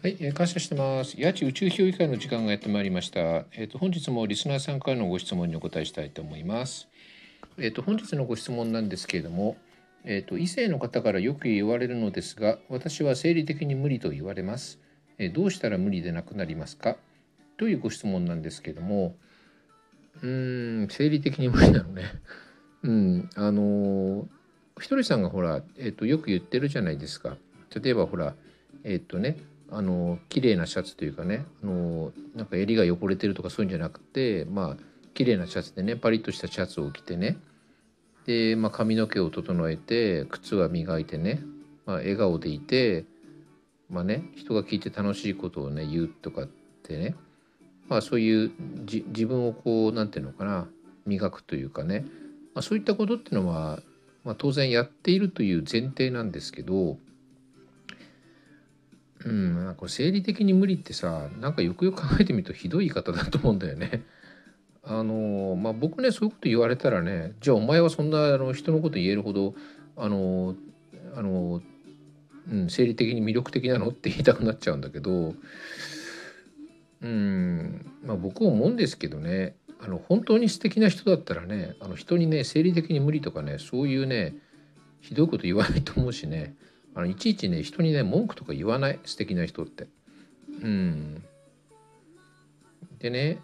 はい、感謝してます。八千宇宙評議会の時間がやってまいりました。本日もリスナーさんからのご質問にお答えしたいと思います。本日のご質問なんですけれども、異性の方からよく言われるのですが、私は生理的に無理と言われます。どうしたら無理でなくなりますかというご質問なんですけれども、生理的に無理なのね。ひとりさんがほら、よく言ってるじゃないですか。例えばほら、ね、綺麗なシャツというかね、なんか襟が汚れてるとかそういうんじゃなくて、まあ綺麗なシャツでね、パリッとしたシャツを着てね、で、髪の毛を整えて靴は磨いてね、笑顔でいて、人が聞いて楽しいことをね言うとかってね、そういう自分をこうなんていうのかな、磨くというかね、そういったことっていうのは、当然やっているという前提なんですけど、なんか生理的に無理ってさ、なんかよくよく考えてみるとひどい言い方だと思うんだよね。僕ね、そういうこと言われたらね、じゃあお前はそんな人のこと言えるほどあのあの、生理的に魅力的なのって言いたくなっちゃうんだけど、僕思うんですけどね、本当に素敵な人だったらね、人にね生理的に無理とかね、そういうねひどいこと言わないと思うしね、いちいちね人にね文句とか言わない、素敵な人って。でね、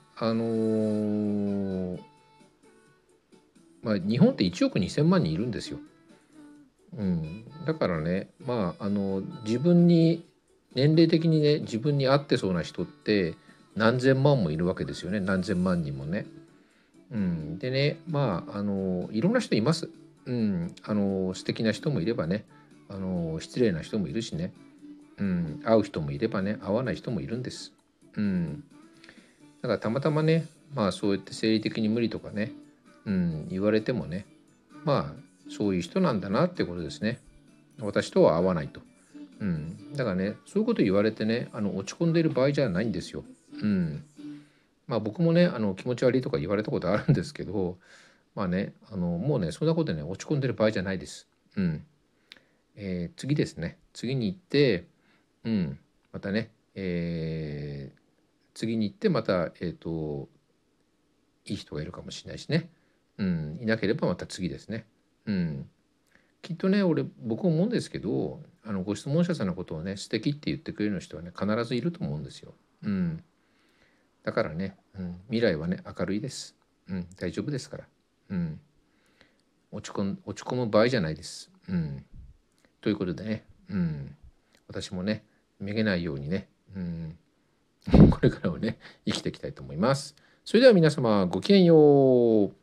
日本って1億2,000万人いるんですよ。だからね、自分に年齢的にね自分に合ってそうな人って何千万もいるわけですよね、何千万人もね。でね、いろんな人います。素敵な人もいればね、失礼な人もいるしね、会う人もいればね、会わない人もいるんです。だからたまたまね、そうやって生理的に無理とかね、言われてもね、そういう人なんだなってことですね。私とは合わないと。だからね、そういうこと言われてね、落ち込んでいる場合じゃないんですよ。僕もね、気持ち悪いとか言われたことあるんですけど、もうね、そんなことでね、落ち込んでる場合じゃないです。次ですね。次に行って、またね、次に行ってまた、いい人がいるかもしれないしね。いなければまた次ですね。きっとね、僕思うんですけど、ご質問者さんのことをね、素敵って言ってくれる人はね、必ずいると思うんですよ。だからね、未来はね、明るいです。大丈夫ですから。落ち込む場合じゃないです。ということでね、私もね、めげないようにね、これからはね、生きていきたいと思います。それでは皆様、ごきげんよう。